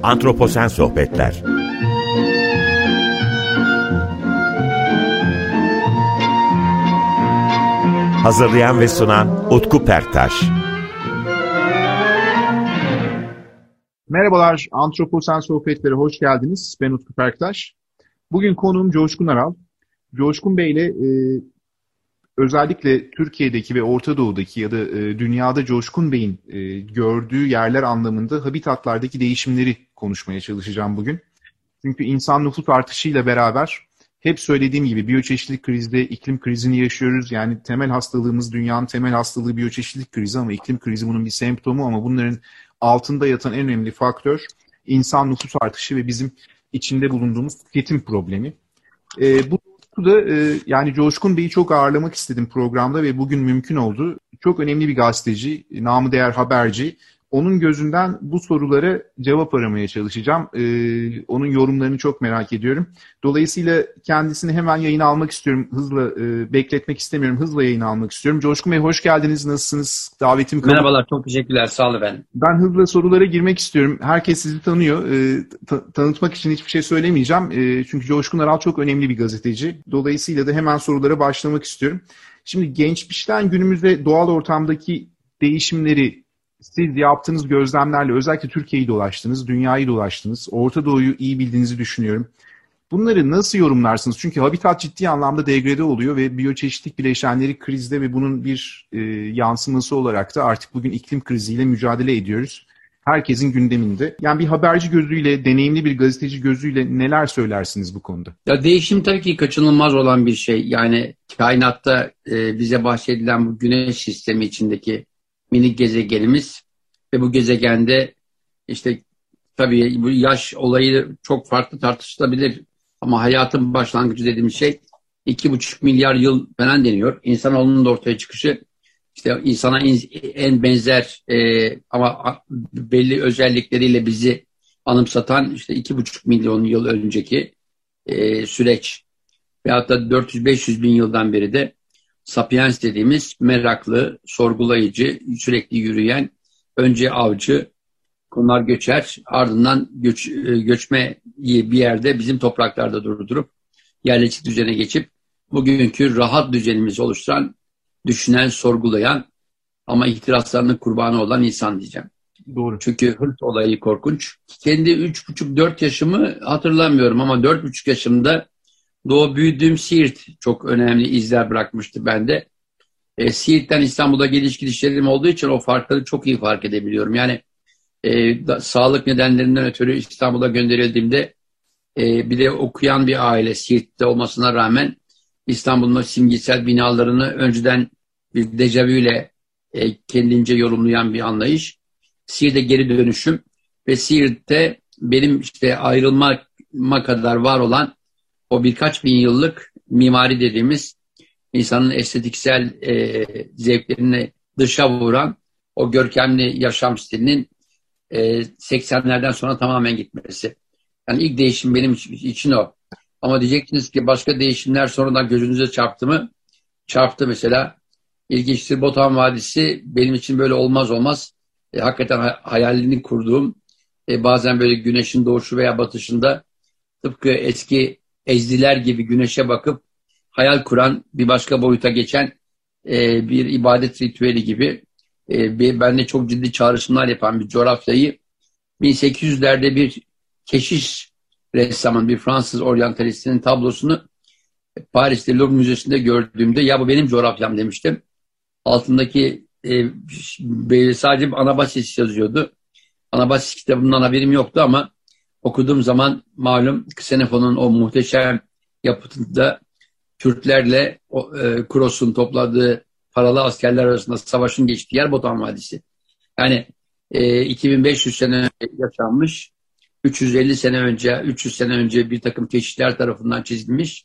Antroposen Sohbetler. Hazırlayan ve sunan Utku Perktaş. Merhabalar, Antroposen Sohbetlere hoş geldiniz. Ben Utku Perktaş. Bugün konuğum Coşkun Aral. Coşkun Bey ile özellikle Türkiye'deki ve Orta Doğu'daki ya da dünyada Coşkun Bey'in gördüğü yerler anlamında habitatlardaki değişimleri konuşmaya çalışacağım bugün. Çünkü insan nüfus artışıyla beraber hep söylediğim gibi biyoçeşitlilik krizde iklim krizini yaşıyoruz. Yani temel hastalığımız, dünyanın temel hastalığı biyoçeşitlilik krizi ama iklim krizi bunun bir semptomu, ama bunların altında yatan en önemli faktör insan nüfus artışı ve bizim içinde bulunduğumuz tüketim problemi. Bu da yani Coşkun Bey'i çok ağırlamak istedim programda ve bugün mümkün oldu. Çok önemli bir gazeteci, namı değer haberci. Onun gözünden bu sorulara cevap aramaya çalışacağım. Onun yorumlarını çok merak ediyorum. Dolayısıyla kendisini hemen yayına almak istiyorum. Hızla bekletmek istemiyorum. Hızla yayına almak istiyorum. Coşkun Bey hoş geldiniz. Nasılsınız? Davetim kabul. Merhabalar, çok teşekkürler. Sağ olun efendim. Ben hızla sorulara girmek istiyorum. Herkes sizi tanıyor. Tanıtmak için hiçbir şey söylemeyeceğim. Çünkü Coşkun Aral çok önemli bir gazeteci. Dolayısıyla da hemen sorulara başlamak istiyorum. Şimdi geçmişten günümüze doğal ortamdaki değişimleri siz yaptığınız gözlemlerle özellikle Türkiye'yi dolaştınız, dünyayı dolaştınız, Orta Doğu'yu iyi bildiğinizi düşünüyorum. Bunları nasıl yorumlarsınız? Çünkü habitat ciddi anlamda degrede oluyor ve biyoçeşitlilik bileşenleri krizde ve bunun bir yansıması olarak da artık bugün iklim kriziyle mücadele ediyoruz. Herkesin gündeminde. Yani bir haberci gözüyle, deneyimli bir gazeteci gözüyle neler söylersiniz bu konuda? Ya değişim tabii ki kaçınılmaz olan bir şey. Yani kainatta bize bahsedilen bu güneş sistemi içindeki minik gezegenimiz ve bu gezegende işte tabii bu yaş olayı çok farklı tartışılabilir ama hayatın başlangıcı dediğimiz şey 2,5 milyar yıl falan deniyor. İnsanoğlunun da ortaya çıkışı işte insana en benzer ama belli özellikleriyle bizi anımsatan işte 2,5 milyon yıl önceki süreç ve hatta 400-500 bin yıldan beri de Sapiens dediğimiz meraklı, sorgulayıcı, sürekli yürüyen, önce avcı, konar göçer, ardından göçme bir yerde bizim topraklarda durdurup yerleşik düzene geçip bugünkü rahat düzenimizi oluşturan, düşünen, sorgulayan ama ihtiraslarının kurbanı olan insan diyeceğim. Doğru. Çünkü hırs olayı korkunç. Kendi 3,5-4 yaşımı hatırlamıyorum ama 4,5 yaşımda büyüdüğüm Siirt çok önemli izler bırakmıştı bende. Siirt'ten İstanbul'a geliş gidişlerim olduğu için o farkları çok iyi fark edebiliyorum. Yani sağlık nedenlerinden ötürü İstanbul'a gönderildiğimde bir de okuyan bir aile Siirt'te olmasına rağmen İstanbul'un simgesel binalarını önceden bir dejavüyle kendince yorumlayan bir anlayış. Siirt'e geri dönüşüm ve Siirt'te benim işte ayrılma kadar var olan o birkaç bin yıllık mimari dediğimiz insanın estetiksel zevklerini dışa vuran o görkemli yaşam stilinin 80'lerden sonra tamamen gitmesi. Yani ilk değişim benim için o. Ama diyeceksiniz ki başka değişimler sonradan gözünüze çarptı mı? Çarptı mesela. İlginçtir, Botan Vadisi benim için böyle olmaz. Hakikaten hayalini kurduğum bazen böyle güneşin doğuşu veya batışında tıpkı eski ezdiler gibi güneşe bakıp hayal kuran, bir başka boyuta geçen bir ibadet ritüeli gibi bende çok ciddi çağrışımlar yapan bir coğrafyayı 1800'lerde bir keşiş ressamın, bir Fransız oryantalistinin tablosunu Paris'te Louvre Müzesi'nde gördüğümde ya bu benim coğrafyam demiştim. Altındaki sadece Anabasis yazıyordu. Anabasis kitabından haberim yoktu ama okuduğum zaman malum Xenofon'un o muhteşem yapıtında Kürtlerle Kuros'un topladığı paralı askerler arasında savaşın geçtiği yer Botan Vadisi. Yani 2500 sene önce yaşanmış, 300 sene önce bir takım keşifler tarafından çizilmiş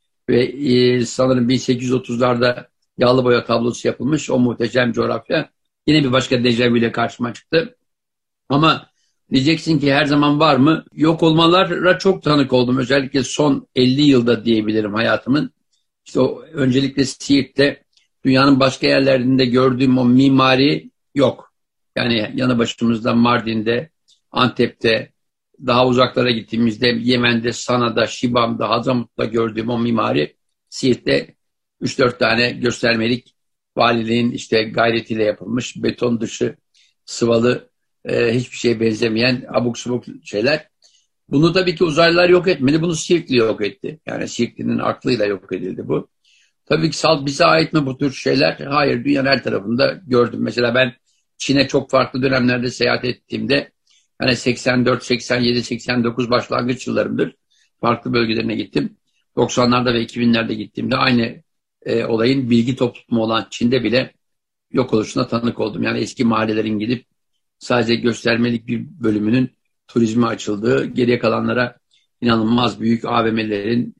ve sanırım 1830'larda yağlı boya tablosu yapılmış o muhteşem coğrafya. Yine bir başka dejavüyle karşıma çıktı. Ama diyeceksin ki her zaman var mı? Yok olmalara çok tanık oldum. Özellikle son 50 yılda diyebilirim hayatımın. İşte öncelikle Siirt'te dünyanın başka yerlerinde gördüğüm o mimari yok. Yani yanı başımızda Mardin'de, Antep'te, daha uzaklara gittiğimizde Yemen'de, Sana'da, Şibam'da, Hadramut'ta gördüğüm o mimari Siirt'te 3-4 tane göstermelik valiliğin işte gayretiyle yapılmış beton dışı sıvalı hiçbir şeye benzemeyen abuk subuk şeyler. Bunu tabii ki uzaylılar yok etmedi. Bunu Siirtli yok etti. Yani Siirtli'nin aklıyla yok edildi bu. Tabii ki bize ait mi bu tür şeyler? Hayır, dünyanın her tarafında gördüm. Mesela ben Çin'e çok farklı dönemlerde seyahat ettiğimde hani 84, 87, 89 başlangıç yıllarımdır. Farklı bölgelerine gittim. 90'larda ve 2000'lerde gittiğimde aynı olayın bilgi toplumu olan Çin'de bile yok oluşuna tanık oldum. Yani eski mahallelerin gidip sadece göstermelik bir bölümünün turizme açıldığı, geriye kalanlara inanılmaz büyük AVM'lerin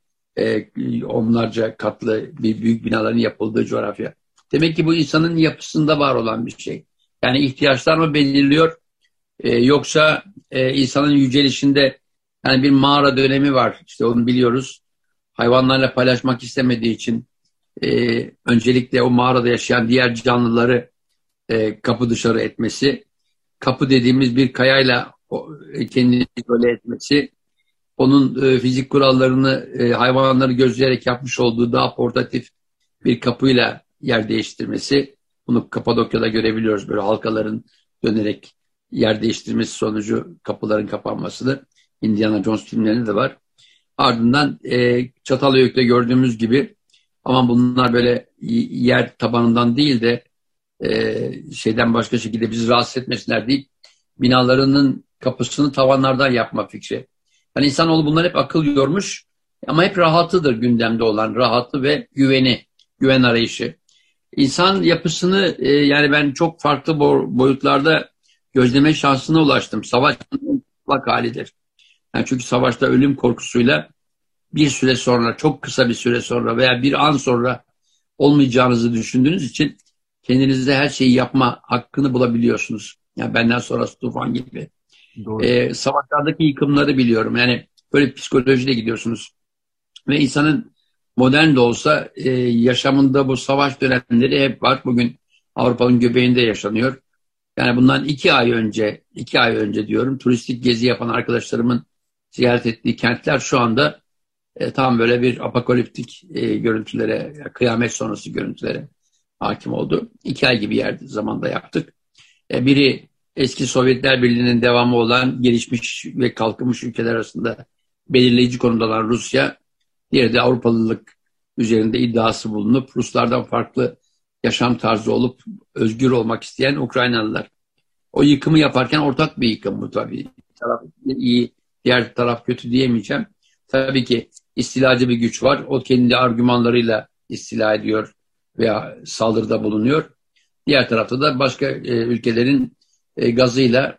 onlarca katlı bir büyük binaların yapıldığı coğrafya. Demek ki bu insanın yapısında var olan bir şey. Yani ihtiyaçlar mı belirliyor yoksa insanın yücelişinde yani bir mağara dönemi var. İşte onu biliyoruz. Hayvanlarla paylaşmak istemediği için öncelikle o mağarada yaşayan diğer canlıları kapı dışarı etmesi, kapı dediğimiz bir kayayla kendini izole etmesi, onun fizik kurallarını hayvanları gözleyerek yapmış olduğu daha portatif bir kapıyla yer değiştirmesi. Bunu Kapadokya'da görebiliyoruz. Böyle halkaların dönerek yer değiştirmesi sonucu kapıların kapanmasını. Indiana Jones filmlerinde de var. Ardından Çatalhöyük'te gördüğümüz gibi ama bunlar böyle yer tabanından değil de şeyden başka şekilde bizi rahatsız etmesinler değil. Binalarının kapısını tavanlardan yapma fikri. Yani insanoğlu bunlar hep akıl yormuş ama hep rahatıdır gündemde olan. Rahatı ve güven arayışı. İnsan yapısını yani ben çok farklı boyutlarda gözleme şansına ulaştım. Savaş mutlak halidir. Yani çünkü savaşta ölüm korkusuyla bir süre sonra, çok kısa bir süre sonra veya bir an sonra olmayacağınızı düşündüğünüz için kendinizde her şeyi yapma hakkını bulabiliyorsunuz. Yani benden sonrası tufan gibi. Savaşlardaki yıkımları biliyorum. Yani böyle psikolojide gidiyorsunuz. Ve insanın modern de olsa yaşamında bu savaş dönemleri hep var. Bugün Avrupa'nın göbeğinde yaşanıyor. Yani bundan 2 ay önce diyorum, turistik gezi yapan arkadaşlarımın ziyaret ettiği kentler şu anda tam böyle bir apokaliptik görüntülere, kıyamet sonrası görüntülere hakim oldu. 2 ay gibi zamanda yaptık. Biri eski Sovyetler Birliği'nin devamı olan gelişmiş ve kalkınmış ülkeler arasında belirleyici konumda olan Rusya, diğeri de Avrupalılık üzerinde iddiası bulunup Ruslardan farklı yaşam tarzı olup özgür olmak isteyen Ukraynalılar. O yıkımı yaparken ortak bir yıkım bu tabii. Bir taraf iyi, diğer taraf kötü diyemeyeceğim. Tabii ki istilacı bir güç var. O kendi argümanlarıyla istila ediyor veya saldırıda bulunuyor. Diğer tarafta da başka ülkelerin gazıyla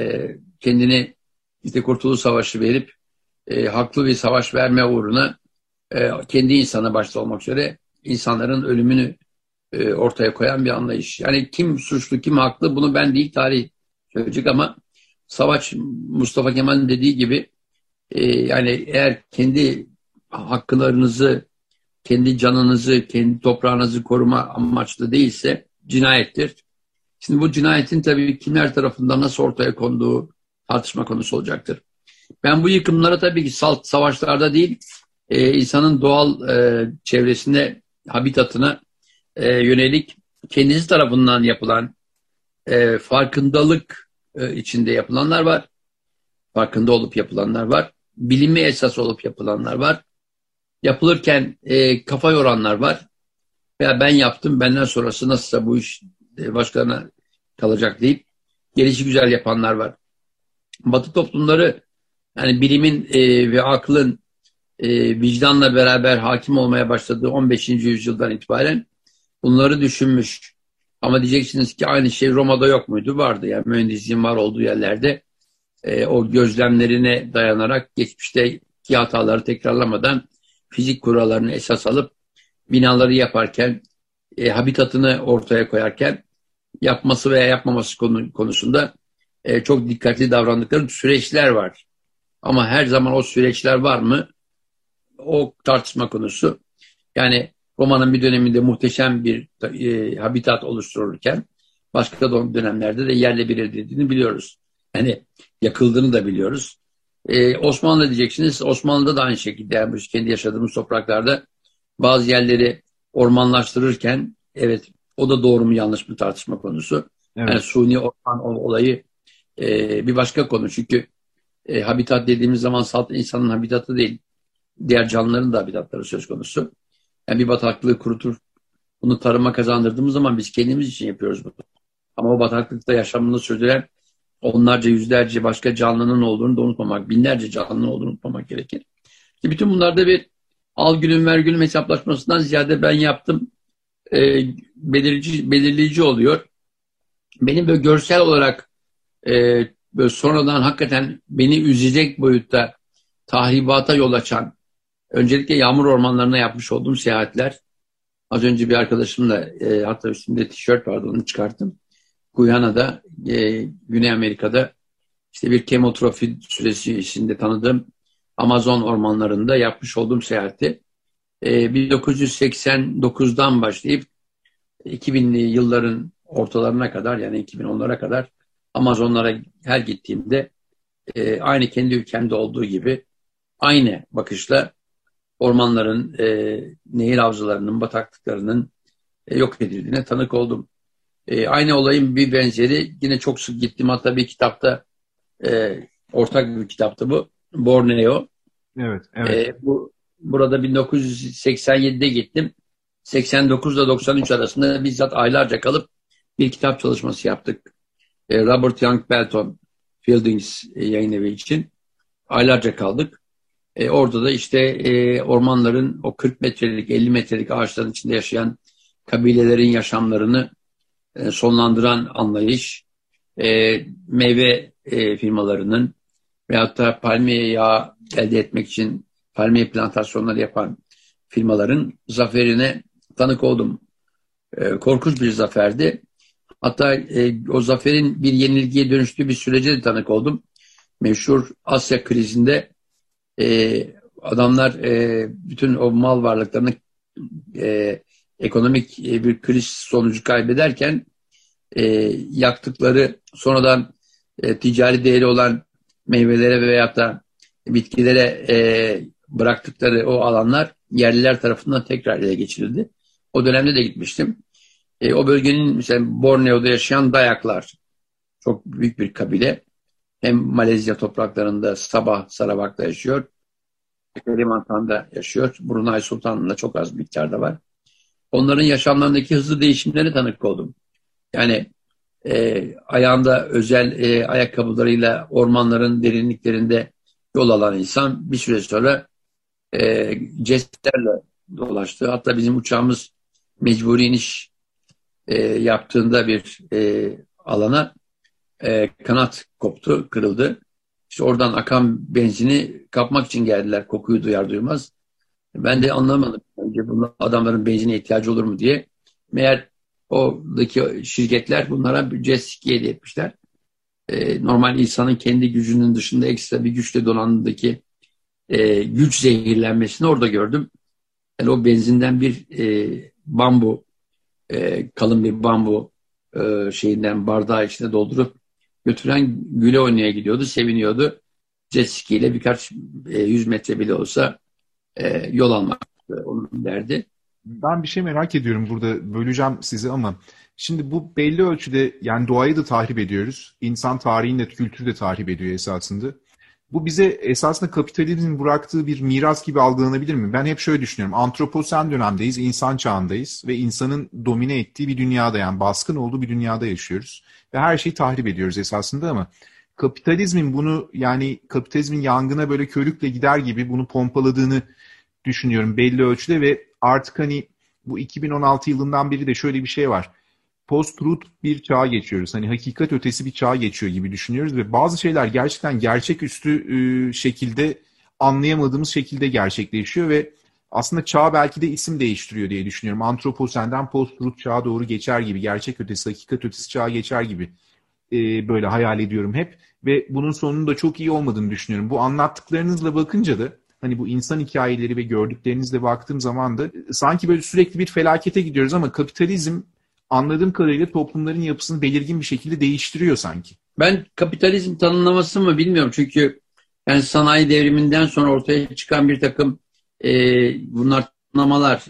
kendini işte Kurtuluş Savaşı verip haklı bir savaş verme uğruna kendi insanı başta olmak üzere insanların ölümünü ortaya koyan bir anlayış. Yani kim suçlu, kim haklı bunu ben değil tarih söyleyecek ama savaş Mustafa Kemal'in dediği gibi yani eğer kendi haklarınızı, kendi canınızı, kendi toprağınızı koruma amaçlı değilse cinayettir. Şimdi bu cinayetin tabii kimler tarafından nasıl ortaya konduğu tartışma konusu olacaktır. Ben bu yıkımlara tabii ki salt savaşlarda değil, insanın doğal çevresine, habitatına yönelik kendisi tarafından yapılan farkındalık içinde yapılanlar var. Farkında olup yapılanlar var. Bilimi esas olup yapılanlar var. Yapılırken kafa yoranlar var. Veya ben yaptım, benden sonrası nasılsa bu iş başkalarına kalacak deyip gelişi güzel yapanlar var. Batı toplumları yani bilimin ve aklın vicdanla beraber hakim olmaya başladığı 15. yüzyıldan itibaren bunları düşünmüş. Ama diyeceksiniz ki aynı şey Roma'da yok muydu? Vardı. Yani mühendisliğin var olduğu yerlerde o gözlemlerine dayanarak geçmişteki hataları tekrarlamadan fizik kurallarını esas alıp binaları yaparken, habitatını ortaya koyarken yapması veya yapmaması konusunda çok dikkatli davrandıkları süreçler var. Ama her zaman o süreçler var mı? O tartışma konusu. Yani Roma'nın bir döneminde muhteşem bir habitat oluştururken başka dönemlerde de yerle bir edildiğini biliyoruz. Yani yakıldığını da biliyoruz. Osmanlı diyeceksiniz. Osmanlı'da da aynı şekilde, yani biz kendi yaşadığımız topraklarda bazı yerleri ormanlaştırırken, evet, o da doğru mu yanlış mı tartışma konusu. Evet. Yani suni orman olayı bir başka konu. Çünkü habitat dediğimiz zaman sadece insanın habitatı değil, diğer canlıların da habitatları söz konusu. Yani bir bataklığı kurutur, bunu tarıma kazandırdığımız zaman biz kendimiz için yapıyoruz bunu. Ama o bataklıkta yaşamını sürdüren onlarca, yüzlerce başka canlının olduğunu da unutmamak, binlerce canlının olduğunu unutmamak gerekir. İşte bütün bunlarda bir al gülüm ver gülüm hesaplaşmasından ziyade ben yaptım. Belirleyici oluyor. Benim böyle görsel olarak böyle sonradan hakikaten beni üzecek boyutta tahribata yol açan, öncelikle yağmur ormanlarına yapmış olduğum seyahatler. Az önce bir arkadaşımla, hatta üstünde tişört vardı, onu çıkarttım. Guyana'da, Güney Amerika'da işte bir kemotrofi süresi içinde tanıdığım Amazon ormanlarında yapmış olduğum seyahati 1989'dan başlayıp 2000'li yılların ortalarına kadar, yani 2010'lara kadar Amazonlara her gittiğimde aynı kendi ülkemde olduğu gibi aynı bakışla ormanların, nehir havzalarının, bataklıklarının yok edildiğine tanık oldum. Aynı olayın bir benzeri yine çok sık gittim. Hatta bir kitapta, ortak bir kitaptı bu. Borneo. Evet, evet. Burada 1987'de gittim. 89 ile 93 arasında bizzat aylarca kalıp bir kitap çalışması yaptık. Robert Young Belton Fieldings yayın evi için. Aylarca kaldık. Orada da işte ormanların o 40 metrelik, 50 metrelik ağaçların içinde yaşayan kabilelerin yaşamlarını sonlandıran anlayış, meyve firmalarının veyahut da palmiye yağı elde etmek için palmiye plantasyonları yapan firmaların zaferine tanık oldum. Korkunç bir zaferdi. Hatta o zaferin bir yenilgiye dönüştüğü bir sürece de tanık oldum. Meşhur Asya krizinde adamlar bütün o mal varlıklarını ekonomik bir kriz sonucu kaybederken yaktıkları, sonradan ticari değeri olan meyvelere veyahut da bitkilere bıraktıkları o alanlar yerliler tarafından tekrar ele geçirildi. O dönemde de gitmiştim. O bölgenin, mesela Borneo'da yaşayan Dayaklar çok büyük bir kabile. Hem Malezya topraklarında Sabah, Sarawak'ta yaşıyor. Kalimantan'da yaşıyor. Brunei Sultanlığı'nda çok az miktarda var. Onların yaşamlarındaki hızlı değişimlere tanık oldum. Yani ayağında özel ayakkabılarıyla ormanların derinliklerinde yol alan insan bir süre sonra jestlerle dolaştı. Hatta bizim uçağımız mecburi iniş yaptığında bir alana kanat koptu, kırıldı. İşte oradan akan benzini kapmak için geldiler, kokuyu duyar duymaz. Ben de anlamadım. Önce bunlar, adamların benzine ihtiyacı olur mu diye. Meğer oradaki şirketler bunlara bir jet ski hediye etmişler. Normal insanın kendi gücünün dışında ekstra bir güçle donanımdaki güç zehirlenmesini orada gördüm. Yani o benzinden bir bambu, kalın bir bambu şeyinden bardağı içine doldurup götüren güle oynaya gidiyordu, seviniyordu. Jet ski ile birkaç 100 metre bile olsa yol almak onun derdi. Ben bir şey merak ediyorum, burada böleceğim sizi ama şimdi bu belli ölçüde, yani doğayı da tahrip ediyoruz. İnsan tarihini de, kültürü de tahrip ediyor esasında. Bu bize esasında kapitalizmin bıraktığı bir miras gibi algılanabilir mi? Ben hep şöyle düşünüyorum. Antroposen dönemdeyiz, insan çağındayız ve insanın domine ettiği bir dünyada, yani baskın olduğu bir dünyada yaşıyoruz. Ve her şeyi tahrip ediyoruz esasında ama kapitalizmin bunu, yani kapitalizmin yangına böyle körükle gider gibi bunu pompaladığını düşünüyorum belli ölçüde ve artık hani bu 2016 yılından beri de şöyle bir şey var. Post-truth bir çağa geçiyoruz. Hani hakikat ötesi bir çağa geçiyor gibi düşünüyoruz ve bazı şeyler gerçekten gerçeküstü şekilde, anlayamadığımız şekilde gerçekleşiyor ve aslında çağ belki de isim değiştiriyor diye düşünüyorum. Antroposenden post-truth çağa doğru geçer gibi, gerçek ötesi, hakikat ötesi çağa geçer gibi böyle hayal ediyorum hep ve bunun sonunun da çok iyi olmadığını düşünüyorum. Bu anlattıklarınızla bakınca da, hani bu insan hikayeleri ve gördüklerinizle baktığım zaman da sanki böyle sürekli bir felakete gidiyoruz ama kapitalizm anladığım kadarıyla toplumların yapısını belirgin bir şekilde değiştiriyor sanki. Ben kapitalizm tanımlaması mı bilmiyorum, çünkü Yani sanayi devriminden sonra ortaya çıkan bir takım bunlar tanımlamalar.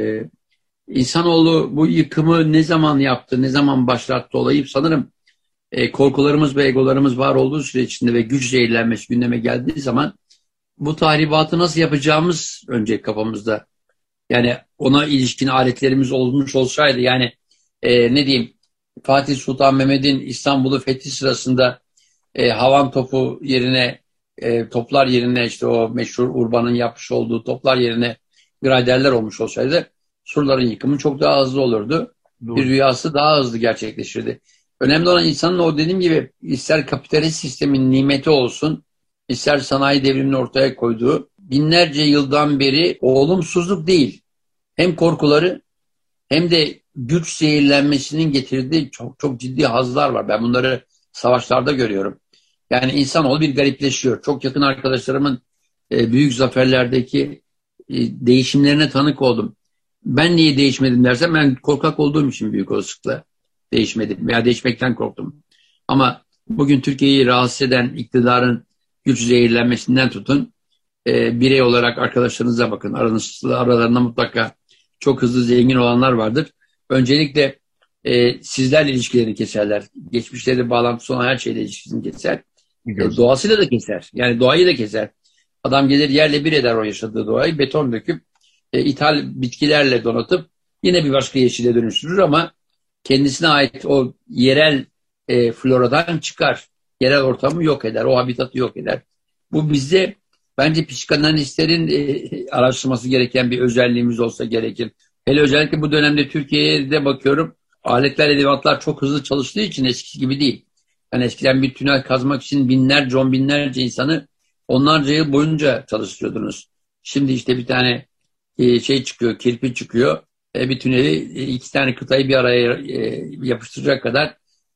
İnsanoğlu bu yıkımı ne zaman yaptı, ne zaman başlattı olayı sanırım korkularımız ve egolarımız var olduğu süre içinde ve güç zehirlenmesi gündeme geldiği zaman bu tahribatı nasıl yapacağımız önce kafamızda. Yani ona ilişkin aletlerimiz olmuş olsaydı, yani ne diyeyim, Fatih Sultan Mehmet'in İstanbul'u fethi sırasında havan topu yerine toplar yerine işte o meşhur Urban'ın yapmış olduğu toplar yerine graderler olmuş olsaydı surların yıkımı çok daha hızlı olurdu. Doğru. Bir rüyası daha hızlı gerçekleşirdi. Önemli olan insanın o dediğim gibi ister kapitalist sistemin nimeti olsun, ister sanayi devrimini ortaya koyduğu binlerce yıldan beri olumsuzluk değil. Hem korkuları hem de güç zehirlenmesinin getirdiği çok çok ciddi hazlar var. Ben bunları savaşlarda görüyorum. Yani insanoğlu bir garipleşiyor. Çok yakın arkadaşlarımın büyük zaferlerdeki değişimlerine tanık oldum. Ben niye değişmedim dersem, ben korkak olduğum için büyük olasılıkla değişmedim veya değişmekten korktum. Ama bugün Türkiye'yi rahatsız eden iktidarın güç zehirlenmesinden tutun, birey olarak arkadaşlarınıza bakın. Aralarında mutlaka çok hızlı zengin olanlar vardır. Öncelikle sizlerle ilişkilerini keserler. Geçmişleri bağlantısı olan her şeyle ilişkisini keser. Doğasıyla da keser. Yani doğayı da keser. Adam gelir yerle bir eder o yaşadığı doğayı. Beton döküp ithal bitkilerle donatıp yine bir başka yeşile dönüştürür ama kendisine ait o yerel floradan çıkar. Yerel ortamı yok eder. O habitatı yok eder. Bu bizde bence psikanalistlerin araştırması gereken bir özelliğimiz olsa gerekir. Hele özellikle bu dönemde Türkiye'ye de bakıyorum. Aletler, edevatlar çok hızlı çalıştığı için eskisi gibi değil. Yani eskiden bir tünel kazmak için binlerce, on binlerce insanı onlarca yıl boyunca çalıştırıyordunuz. Şimdi işte bir tane şey çıkıyor, kirpi çıkıyor. Bir tüneli iki tane kıtayı bir araya yapıştıracak kadar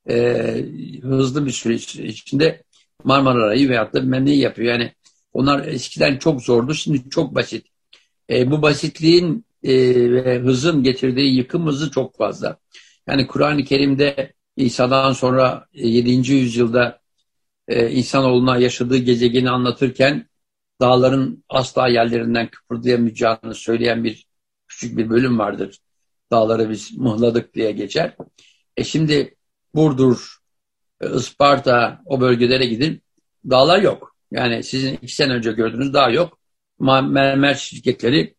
hızlı bir süreç içinde Marmara'yı veyahut da bilmem neyi yapıyor. Yani onlar eskiden çok zordu, şimdi çok basit. Bu basitliğin ve hızın getirdiği yıkım hızı çok fazla. Yani Kur'an-ı Kerim'de İsa'dan sonra 7. yüzyılda insanoğluna yaşadığı gezegeni anlatırken dağların asla yerlerinden kıpırdayamayacağını söyleyen bir küçük bir bölüm vardır. Dağları biz mıhladık diye geçer. Şimdi Burdur, Isparta, o bölgelere gidin, dağlar yok. Yani sizin 2 sene önce gördüğünüz dağ yok. Mermer şirketleri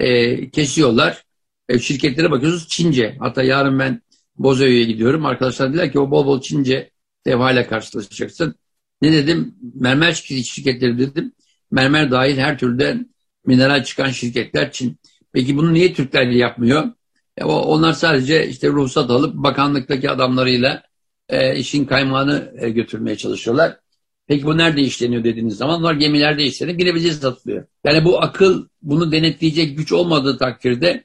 kesiyorlar. Şirketlere bakıyorsunuz Çince. Hatta yarın ben Bozöy'e gidiyorum. Arkadaşlar dediler ki o bol bol Çince levhayla karşılaşacaksın. Ne dedim? Mermer şirketleri dedim. Mermer dahil her türden mineral çıkan şirketler Çin. Peki bunu niye Türkler yapmıyor? Onlar sadece işte ruhsat alıp bakanlıktaki adamlarıyla işin kaymağını götürmeye çalışıyorlar. Peki bu nerede işleniyor dediğiniz zaman onlar gemilerde işleniyor. Yine bize satılıyor. Yani bu akıl bunu denetleyecek güç olmadığı takdirde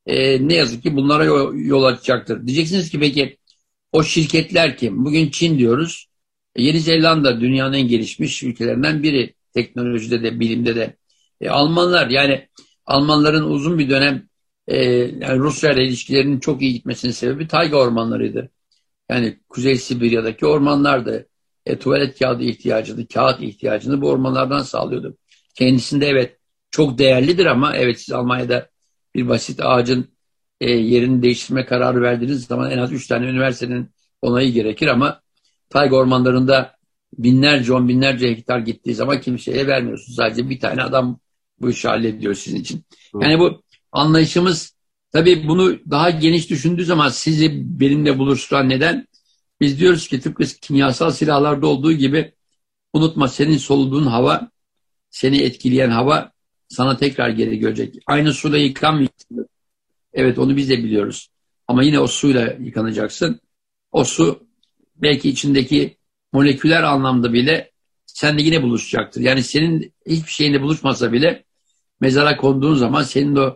ne yazık ki bunlara yol açacaktır. Diyeceksiniz ki peki o şirketler kim? Bugün Çin diyoruz. Yeni Zelanda dünyanın en gelişmiş ülkelerinden biri. Teknolojide de, bilimde de. Almanlar, yani Almanların uzun bir dönem yani Rusya ile ilişkilerinin çok iyi gitmesinin sebebi tayga ormanlarıydı. Yani Kuzey Sibirya'daki ormanlardı. Tuvalet kağıdı ihtiyacını, kağıt ihtiyacını bu ormanlardan sağlıyordu. Kendisinde evet çok değerlidir ama evet siz Almanya'da bir basit ağacın yerini değiştirme kararı verdiğiniz zaman en az 3 tane üniversitenin onayı gerekir ama tayga ormanlarında binlerce, on binlerce hektar gittiği zaman kimseye vermiyorsunuz. Sadece bir tane adam bu işi hallediyor sizin için. Yani bu anlayışımız tabii bunu daha geniş düşündüğü zaman sizi benimle buluşturan neden? Biz diyoruz ki tıpkı kimyasal silahlarda olduğu gibi unutma senin soluduğun hava, seni etkileyen hava sana tekrar geri gelecek. Aynı suyla yıkanmayacaksın. Evet onu biz de biliyoruz. Ama yine o suyla yıkanacaksın. O su belki içindeki moleküler anlamda bile seninle yine buluşacaktır. Yani senin hiçbir şeyinle buluşmasa bile mezara konduğun zaman senin de o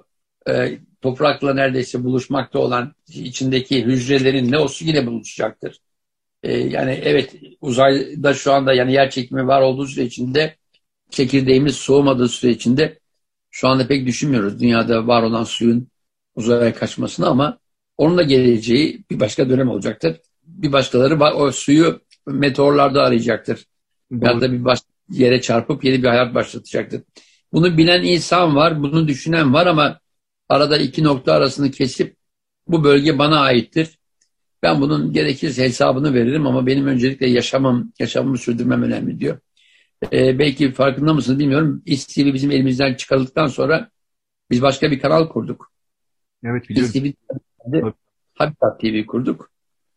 toprakla neredeyse buluşmakta olan içindeki hücrelerinle o su yine buluşacaktır. Yani evet uzayda şu anda yani yer çekimi var olduğu süre içinde çekirdeğimiz soğumadığı süre içinde şu anda pek düşünmüyoruz dünyada var olan suyun uzaya kaçmasını ama onun da geleceği bir başka dönem olacaktır. Bir başkaları o suyu meteorlarda arayacaktır. Ya da bir başka yere çarpıp yeni bir hayat başlatacaktır. Bunu bilen insan var, bunu düşünen var ama arada iki nokta arasını kesip bu bölge bana aittir. Ben bunun gerekirse hesabını veririm ama benim öncelikle yaşamımı sürdürmem önemli diyor. Belki farkında mısınız bilmiyorum. İSTV bizim elimizden çıkarıldıktan sonra biz başka bir kanal kurduk. Evet, biliyorum. İSTV Habitat TV kurduk.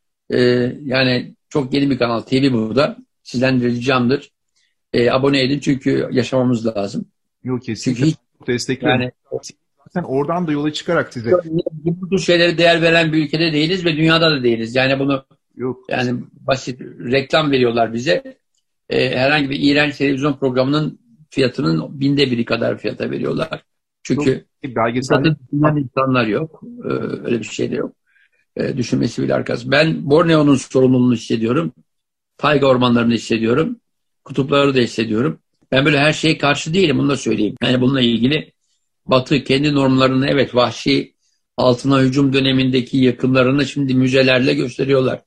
Yani çok yeni bir kanal TV bu da. Sizden de ricamdır. Abone edin çünkü yaşamamız lazım. Yok, kesinlikle destekliyorum. Yani Zaten oradan da yola çıkarak size. Bu tür şeylere değer veren bir ülkede değiliz ve dünyada da değiliz. Yani bunu Yok. yani basit reklam veriyorlar bize. Herhangi bir iğrenç televizyon programının fiyatının 1/1000 kadar fiyata veriyorlar. Çünkü belgesel düşünen insanlar yok. Öyle bir şey de yok. Düşünmesi bile arkası. Ben Borneo'nun sorumluluğunu hissediyorum. Tayga ormanlarını hissediyorum. Kutupları da hissediyorum. Ben böyle her şeye karşı değilim. Bunu da söyleyeyim. Yani bununla ilgili Batı kendi normlarını evet vahşi altına hücum dönemindeki yakınlarını şimdi müzelerle gösteriyorlar.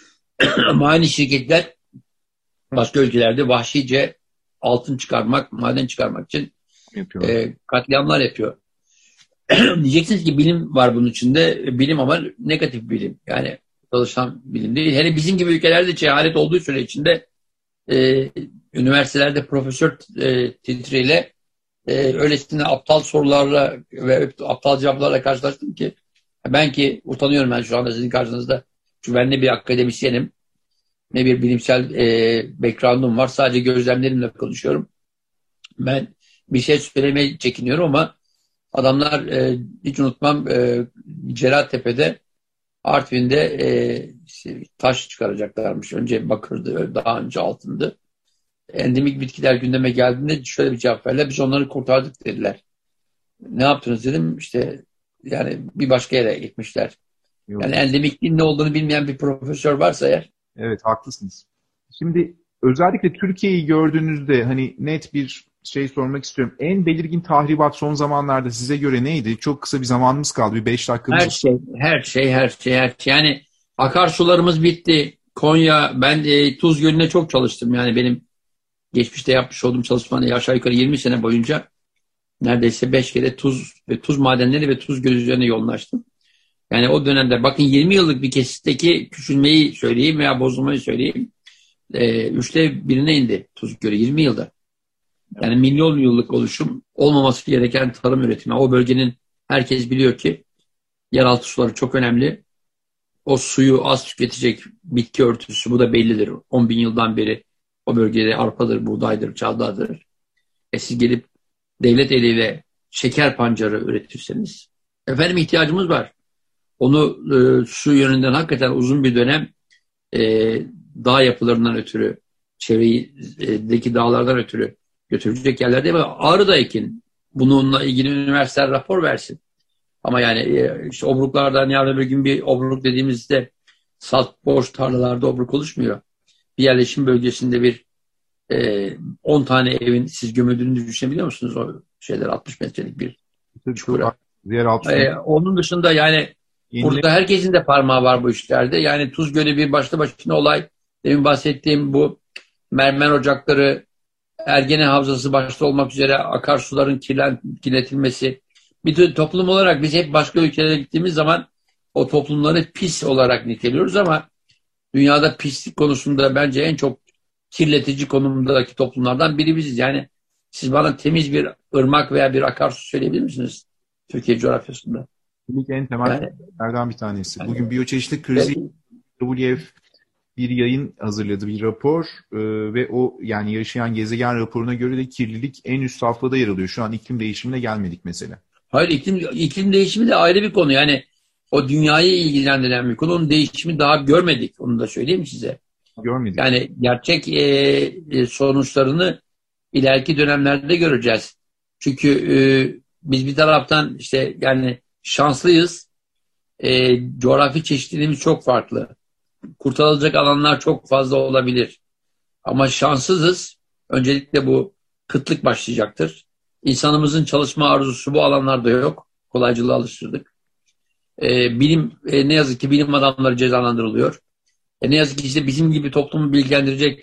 Ama aynı şirketler başka ülkelerde vahşice altın çıkarmak, maden çıkarmak için katliamlar yapıyor. Diyeceksiniz ki bilim var bunun içinde. Bilim ama negatif bilim. Yani çalışan bilim değil. Hele bizim gibi ülkelerde cehalet olduğu süre içinde üniversitelerde profesör titriyle öylesine aptal sorularla ve aptal cevaplarla karşılaştım ki ben ki utanıyorum ben şu anda sizin karşınızda. Çünkü ben ne bir akademisyenim ne bir bilimsel background'um var. Sadece gözlemlerimle konuşuyorum. Ben bir şey söylemeye çekiniyorum ama adamlar hiç unutmam Celaltepe'de Artvin'de taş çıkaracaklarmış. Önce bakırdı, daha önce altındı. Endemik bitkiler gündeme geldiğinde şöyle bir cevap verdiler. Biz onları kurtardık dediler. Ne yaptınız dedim. İşte yani bir başka yere gitmişler. Yok. Yani endemikliğin ne olduğunu bilmeyen bir profesör varsa eğer. Evet, haklısınız. Şimdi özellikle Türkiye'yi gördüğünüzde hani net bir şey sormak istiyorum. En belirgin tahribat son zamanlarda size göre neydi? Çok kısa bir zamanımız kaldı. Bir 5 dakikamız. Her şey. Yani akarsularımız bitti. Konya, ben Tuz Gölü'ne çok çalıştım. Yani benim geçmişte yapmış olduğum çalışmanın aşağı yukarı 20 sene boyunca neredeyse 5 kere tuz madenleri ve Tuz Gölü üzerine yoğunlaştım. Yani o dönemde bakın 20 yıllık bir kesitteki küçülmeyi söyleyeyim veya bozulmayı söyleyeyim. 1/3'e indi Tuz Gölü 20 yılda. Yani milyon yıllık oluşum olmaması gereken tarım üretimi. O bölgenin herkes biliyor ki yeraltı suları çok önemli. O suyu az tüketecek bitki örtüsü bu da bellidir. 10.000 yıldan beri o bölgede arpadır, buğdaydır, çavdardır. Siz gelip devlet eliyle şeker pancarı üretirseniz efendim ihtiyacımız var. Onu su yönünden hakikaten uzun bir dönem dağ yapılarından ötürü, çevredeki dağlardan ötürü götürecek yerlerde ve Ağrı'da ekin. Bununla ilgili üniversiteler rapor versin. Ama yani işte obruklardan yarın bir gün bir obruk dediğimizde salt boş tarlalarda obruk oluşmuyor. Bir yerleşim bölgesinde bir 10 tane evin siz gömüldüğünü düşünebiliyor musunuz o şeyler 60 metrelik bir çukura. Onun dışında yani burada herkesin de parmağı var bu işlerde. Yani Tuz Gölü bir başlı başına olay. Demin bahsettiğim bu mermer ocakları, Ergene Havzası başta olmak üzere akarsuların kirletilmesi. Bir toplum olarak biz hep başka ülkelere gittiğimiz zaman o toplumları pis olarak niteliyoruz ama dünyada pislik konusunda bence en çok kirletici konumdaki toplumlardan biri biziz. Yani siz bana temiz bir ırmak veya bir akarsu söyleyebilir misiniz Türkiye coğrafyasında? En temellerden bir tanesi. Bugün biyoçeşitlilik krizi WWF bir yayın hazırladı, bir rapor ve o yani yaşayan gezegen raporuna göre de kirlilik en üst safhada yer alıyor. Şu an iklim değişimine gelmedik mesela. Hayır, iklim değişimi de ayrı bir konu. Yani o dünyayı ilgilendiren bir konu. Onun değişimi daha görmedik. Onu da söyleyeyim size. Görmedik. Yani gerçek sonuçlarını ileriki dönemlerde göreceğiz. Çünkü biz bir taraftan işte yani şanslıyız. Coğrafi çeşitliliğimiz çok farklı. Kurtarılacak alanlar çok fazla olabilir. Ama şanssızız. Öncelikle bu kıtlık başlayacaktır. İnsanımızın çalışma arzusu bu alanlarda yok. Kolaycılığa alıştırdık. Bilim ne yazık ki bilim adamları cezalandırılıyor. Ne yazık ki işte bizim gibi toplumu bilgilendirecek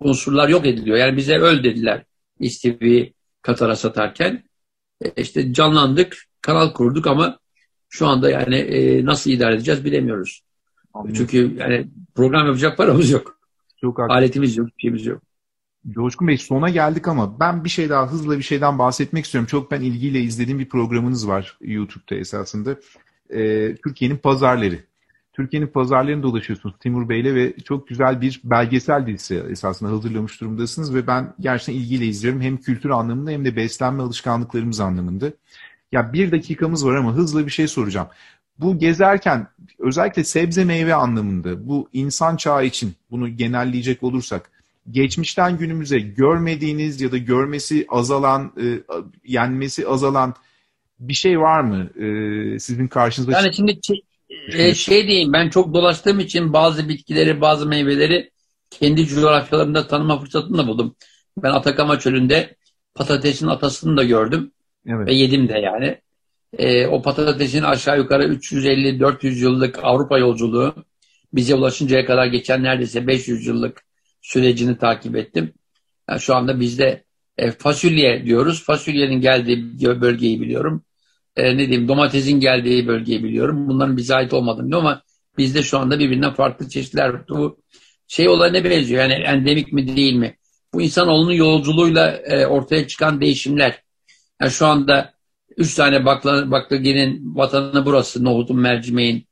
unsurlar yok ediliyor. Yani bize öl dediler İSTV'yi Katar'a satarken. İşte canlandık, kanal kurduk ama şu anda yani nasıl idare edeceğiz bilemiyoruz. Anladım. Çünkü yani program yapacak paramız yok. Çok haklı. Aletimiz yok, şeyimiz yok. Coşkun Bey, sona geldik ama ben bir şey daha, hızlı bir şeyden bahsetmek istiyorum. Çok ben ilgiyle izlediğim bir programınız var YouTube'da esasında. Türkiye'nin pazarları. Türkiye'nin pazarlarını dolaşıyorsunuz Timur Bey'le ve çok güzel bir belgesel dizisi esasında hazırlamış durumdasınız ve ben gerçekten ilgiyle izliyorum. Hem kültür anlamında hem de beslenme alışkanlıklarımız anlamında. Ya bir dakikamız var ama hızlı bir şey soracağım. Bu gezerken özellikle sebze meyve anlamında bu insan çağı için bunu genelleyecek olursak geçmişten günümüze görmediğiniz ya da görmesi azalan, yenmesi azalan bir şey var mı sizin karşınızda? Yani şimdi şey diyeyim, ben çok dolaştığım için bazı bitkileri, bazı meyveleri kendi coğrafyalarımda tanıma fırsatını da buldum. Ben Atakama Çölü'nde patatesin atasını da gördüm Evet. ve yedim de yani. O patatesin aşağı yukarı 350-400 yıllık Avrupa yolculuğu bize ulaşıncaya kadar geçen neredeyse 500 yıllık sürecini takip ettim. Yani şu anda bizde fasulye diyoruz. Fasulyenin geldiği bölgeyi biliyorum. Ne diyeyim, domatesin geldiği bölgeyi biliyorum. Bunların bize ait olmadığını biliyorum ama bizde şu anda birbirinden farklı çeşitler. Bu şey olayına benziyor. Yani endemik mi değil mi? Bu insanoğlunun yolculuğuyla ortaya çıkan değişimler. Yani şu anda 3 tane baklagilin vatanı burası. Nohutun, mercimeğin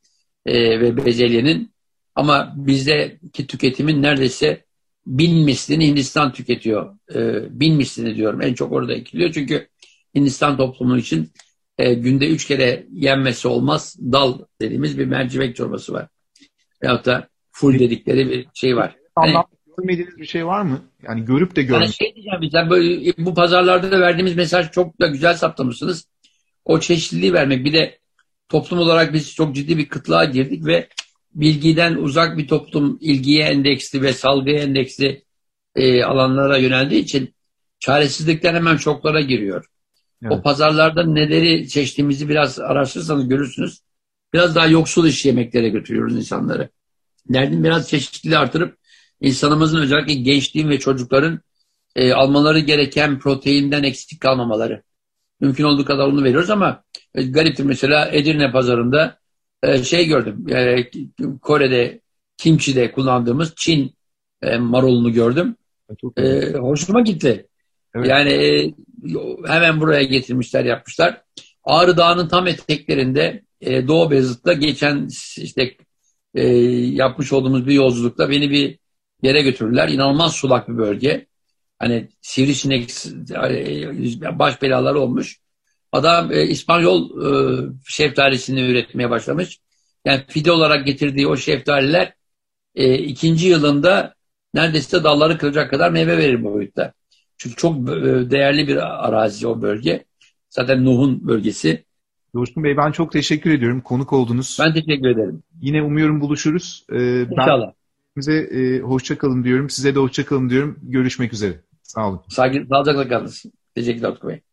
ve bezelyenin. Ama bizdeki tüketimin neredeyse 1000 mislini Hindistan tüketiyor. 1000 mislini diyorum. En çok orada ekiliyor. Çünkü Hindistan toplumu için günde 3 kere yenmesi olmaz dal dediğimiz bir mercimek çorbası var. Veyahut da full dedikleri bir şey var. Anlamda görmediğiniz bir şey var mı? Yani görüp de görmek. Yani şey diyeceğim, mesela bu pazarlarda da verdiğimiz mesaj çok da güzel saptamışsınız. O çeşitliliği vermek. Bir de toplum olarak biz çok ciddi bir kıtlığa girdik ve bilgiden uzak bir toplum, ilgiye endeksli ve salgıya endeksli alanlara yöneldiği için çaresizlikten hemen şoklara giriyor. Evet. O pazarlarda neleri seçtiğimizi biraz araştırırsanız görürsünüz. Biraz daha yoksul iş yemeklere götürüyoruz insanları. Derdim biraz çeşitliliği artırıp insanımızın, özellikle gençliğin ve çocukların almaları gereken proteinden eksik kalmamaları. Mümkün olduğu kadar onu veriyoruz ama gariptir, mesela Edirne pazarında şey gördüm. Kore'de kimchi'de kullandığımız Çin marulunu gördüm. Çok Hoşuma gitti. Evet. Yani hemen buraya getirmişler, yapmışlar. Ağrı Dağı'nın tam eteklerinde Doğu Beyazıt'ta geçen işte yapmış olduğumuz bir yolculukta beni bir yere götürdüler. İnanılmaz sulak bir bölge. Hani sivrisinek baş belaları olmuş. Adam İspanyol şeftalisini üretmeye başlamış. Yani fide olarak getirdiği o şeftaliler ikinci yılında neredeyse dalları kıracak kadar meyve verir boyutta. Çünkü çok değerli bir arazi o bölge. Zaten Nuh'un bölgesi. Coşkun Bey, ben çok teşekkür ediyorum. Konuk oldunuz. Ben teşekkür ederim. Yine umuyorum buluşuruz. İnşallah. Size hoşça kalın diyorum. Size de hoşça kalın diyorum. Görüşmek üzere. Sağ olun. Sağlıcakla kalın. Teşekkürler Utku Bey.